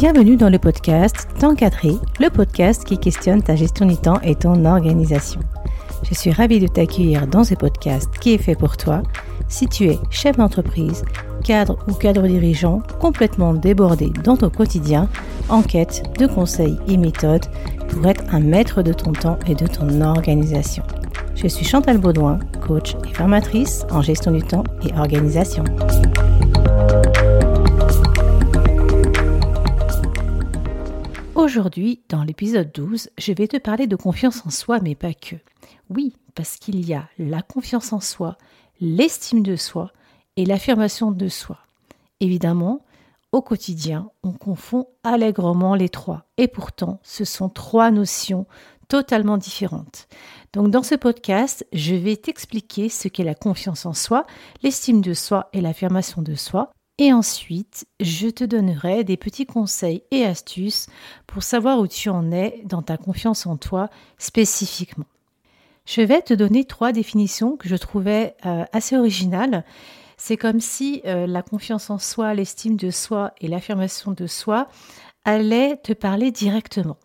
Bienvenue dans le podcast Temps cadré, le podcast qui questionne ta gestion du temps et ton organisation. Je suis ravie de t'accueillir dans ce podcast qui est fait pour toi si tu es chef d'entreprise, cadre ou cadre dirigeant complètement débordé dans ton quotidien en quête de conseils et méthodes pour être un maître de ton temps et de ton organisation. Je suis Chantal Baudouin, coach et formatrice en gestion du temps et organisation. Aujourd'hui, dans l'épisode 12, je vais te parler de confiance en soi, mais pas que. Oui, parce qu'il y a la confiance en soi, l'estime de soi et l'affirmation de soi. Évidemment, au quotidien, on confond allègrement les trois. Et pourtant, ce sont trois notions totalement différentes. Donc dans ce podcast, je vais t'expliquer ce qu'est la confiance en soi, l'estime de soi et l'affirmation de soi. Et ensuite, je te donnerai des petits conseils et astuces pour savoir où tu en es dans ta confiance en toi spécifiquement. Je vais te donner 3 définitions que je trouvais assez originales. C'est comme si la confiance en soi, l'estime de soi et l'affirmation de soi allaient te parler directement.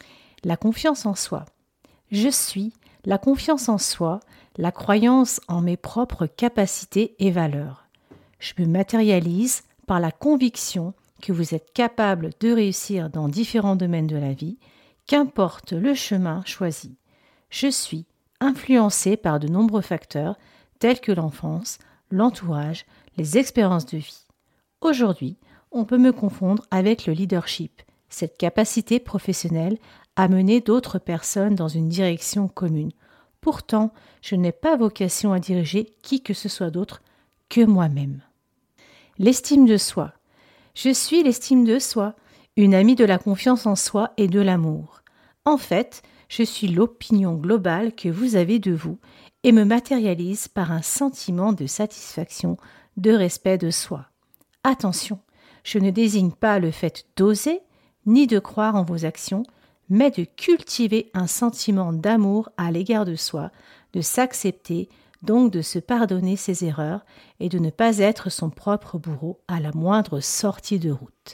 La confiance en soi. Je suis la confiance en soi, la croyance en mes propres capacités et valeurs. Je me matérialise par la conviction que vous êtes capable de réussir dans différents domaines de la vie, qu'importe le chemin choisi. Je suis influencé par de nombreux facteurs tels que l'enfance, l'entourage, les expériences de vie. Aujourd'hui, on peut me confondre avec le leadership, cette capacité professionnelle à mener d'autres personnes dans une direction commune. Pourtant, je n'ai pas vocation à diriger qui que ce soit d'autre que moi-même. L'estime de soi. Je suis l'estime de soi, une amie de la confiance en soi et de l'amour. En fait, je suis l'opinion globale que vous avez de vous et me matérialise par un sentiment de satisfaction, de respect de soi. Attention, je ne désigne pas le fait d'oser ni de croire en vos actions, mais de cultiver un sentiment d'amour à l'égard de soi, de s'accepter, donc de se pardonner ses erreurs et de ne pas être son propre bourreau à la moindre sortie de route.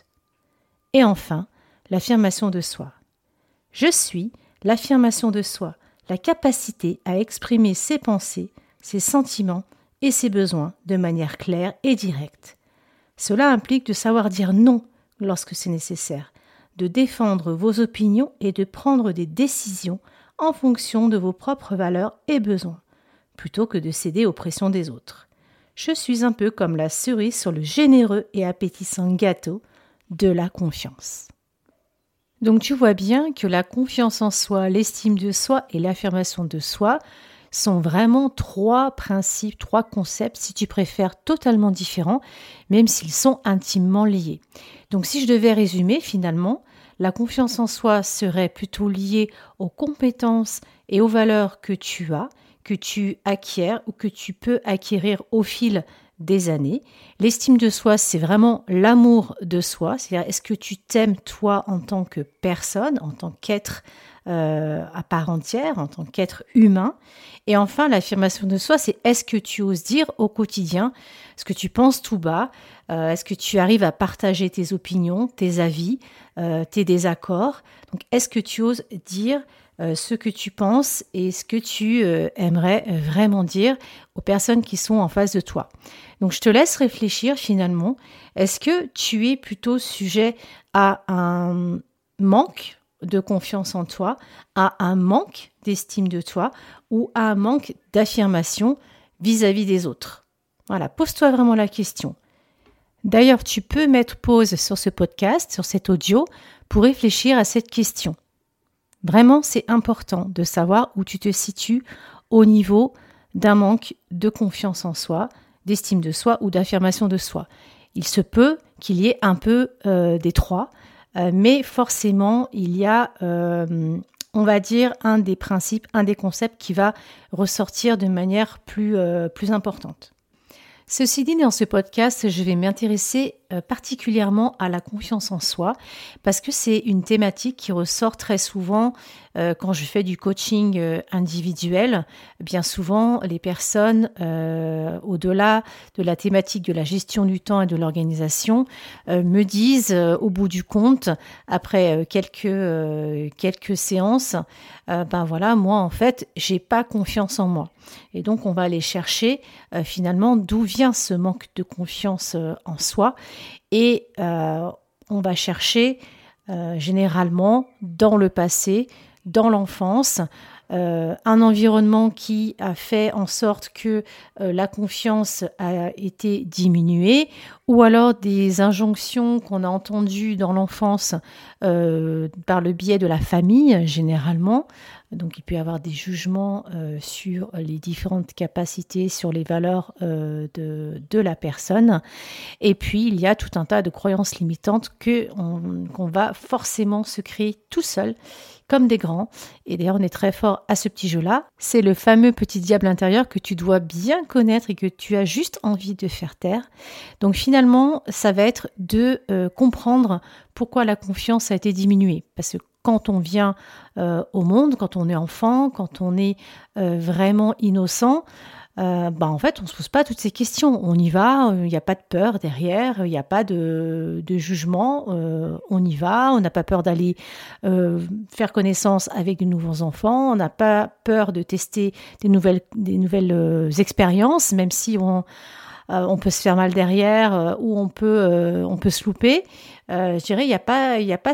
Et enfin, l'affirmation de soi. Je suis l'affirmation de soi, la capacité à exprimer ses pensées, ses sentiments et ses besoins de manière claire et directe. Cela implique de savoir dire non lorsque c'est nécessaire, de défendre vos opinions et de prendre des décisions en fonction de vos propres valeurs et besoins, plutôt que de céder aux pressions des autres. Je suis un peu comme la cerise sur le généreux et appétissant gâteau de la confiance. Donc tu vois bien que la confiance en soi, l'estime de soi et l'affirmation de soi sont vraiment 3 principes, 3 concepts, si tu préfères, totalement différents, même s'ils sont intimement liés. Donc si je devais résumer, finalement, la confiance en soi serait plutôt liée aux compétences et aux valeurs que tu as, que tu acquiers ou que tu peux acquérir au fil des années. L'estime de soi, c'est vraiment l'amour de soi, c'est-à-dire est-ce que tu t'aimes toi en tant que personne, en tant qu'être à part entière, en tant qu'être humain. Et enfin, l'affirmation de soi, c'est est-ce que tu oses dire au quotidien ce que tu penses tout bas, est-ce que tu arrives à partager tes opinions, tes avis, tes désaccords. Donc, est-ce que tu oses dire ce que tu penses et ce que tu aimerais vraiment dire aux personnes qui sont en face de toi. Donc, je te laisse réfléchir finalement. Est-ce que tu es plutôt sujet à un manque de confiance en toi, à un manque d'estime de toi ou à un manque d'affirmation vis-à-vis des autres? Voilà, pose-toi vraiment la question. D'ailleurs, tu peux mettre pause sur ce podcast, sur cet audio, pour réfléchir à cette question. Vraiment, c'est important de savoir où tu te situes au niveau d'un manque de confiance en soi, d'estime de soi ou d'affirmation de soi. Il se peut qu'il y ait un peu des 3, mais forcément, il y a, on va dire, un des principes, un des concepts qui va ressortir de manière plus importante. Ceci dit, dans ce podcast, je vais m'intéresser particulièrement à la confiance en soi parce que c'est une thématique qui ressort très souvent quand je fais du coaching individuel. Bien souvent, les personnes, au-delà de la thématique de la gestion du temps et de l'organisation, me disent au bout du compte, après quelques séances, moi en fait, j'ai pas confiance en moi. Et donc, on va aller chercher finalement d'où vient ce manque de confiance en soi. Et on va chercher généralement dans le passé, dans l'enfance, un environnement qui a fait en sorte que la confiance a été diminuée, ou alors des injonctions qu'on a entendues dans l'enfance par le biais de la famille, généralement. Donc, il peut y avoir des jugements sur les différentes capacités, sur les valeurs de la personne. Et puis, il y a tout un tas de croyances limitantes qu'on va forcément se créer tout seul, comme des grands. Et d'ailleurs, on est très fort à ce petit jeu-là. C'est le fameux petit diable intérieur que tu dois bien connaître et que tu as juste envie de faire taire. Donc, finalement, ça va être de comprendre pourquoi la confiance a été diminuée. Parce que quand on vient au monde, quand on est enfant, quand on est vraiment innocent, en fait, on ne se pose pas toutes ces questions. On y va, il n'y a pas de peur derrière, il n'y a pas de jugement, on y va, on n'a pas peur d'aller faire connaissance avec de nouveaux enfants, on n'a pas peur de tester des nouvelles expériences, même si on peut se faire mal derrière ou on peut se louper. Je dirais, il n'y a pas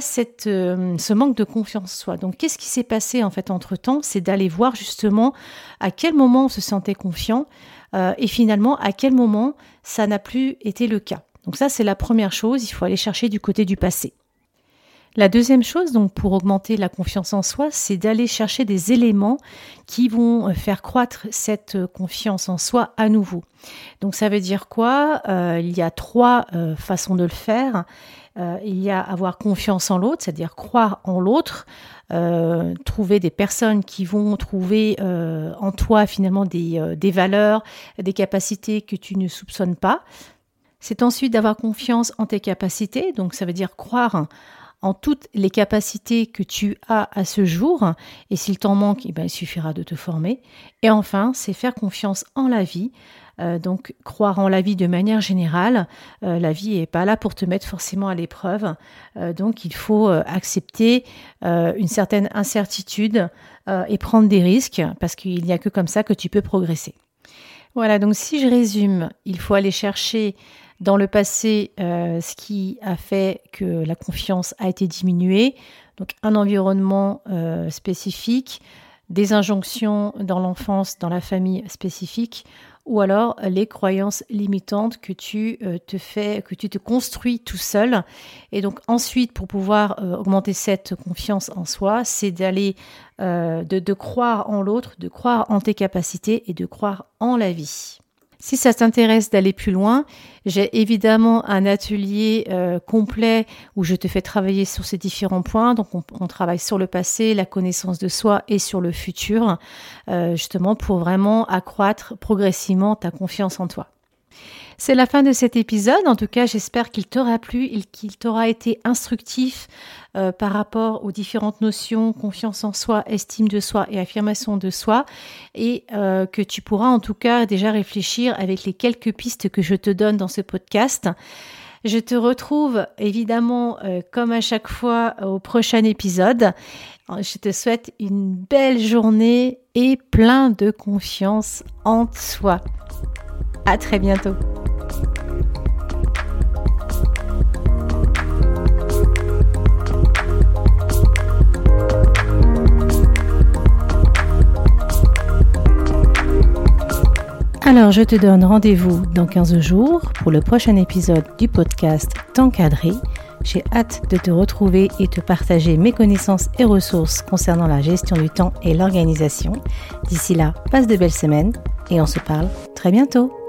ce manque de confiance en soi. Donc, qu'est-ce qui s'est passé en fait entre-temps ? C'est d'aller voir justement à quel moment on se sentait confiant et finalement à quel moment ça n'a plus été le cas. Donc ça, c'est la première chose, il faut aller chercher du côté du passé. La deuxième chose, donc, pour augmenter la confiance en soi, c'est d'aller chercher des éléments qui vont faire croître cette confiance en soi à nouveau. Donc, ça veut dire quoi ? Il y a 3 façons de le faire. Il y a avoir confiance en l'autre, c'est-à-dire croire en l'autre, trouver des personnes qui vont trouver en toi finalement des valeurs, des capacités que tu ne soupçonnes pas. C'est ensuite d'avoir confiance en tes capacités, donc ça veut dire croire en toutes les capacités que tu as à ce jour, et s'il t'en manque, il suffira de te former. Et enfin, c'est faire confiance en la vie, donc croire en la vie de manière générale. La vie n'est pas là pour te mettre forcément à l'épreuve, donc il faut accepter une certaine incertitude et prendre des risques, parce qu'il n'y a que comme ça que tu peux progresser. Voilà, donc si je résume, il faut aller chercher dans le passé ce qui a fait que la confiance a été diminuée, donc un environnement spécifique, des injonctions dans l'enfance, dans la famille spécifique, ou alors les croyances limitantes que tu te construis tout seul. Et donc ensuite, pour pouvoir augmenter cette confiance en soi, c'est d'aller de croire en l'autre, de croire en tes capacités et de croire en la vie. Si ça t'intéresse d'aller plus loin, j'ai évidemment un atelier complet où je te fais travailler sur ces différents points. Donc, on travaille sur le passé, la connaissance de soi et sur le futur, justement pour vraiment accroître progressivement ta confiance en toi. C'est la fin de cet épisode. En tout cas, j'espère qu'il t'aura plu et qu'il t'aura été instructif par rapport aux différentes notions, confiance en soi, estime de soi et affirmation de soi, et que tu pourras en tout cas déjà réfléchir avec les quelques pistes que je te donne dans ce podcast. Je te retrouve évidemment comme à chaque fois au prochain épisode. Je te souhaite une belle journée et plein de confiance en soi. À très bientôt. Alors, je te donne rendez-vous dans 15 jours pour le prochain épisode du podcast T'encadrer. J'ai hâte de te retrouver et te partager mes connaissances et ressources concernant la gestion du temps et l'organisation. D'ici là, passe de belles semaines et on se parle très bientôt.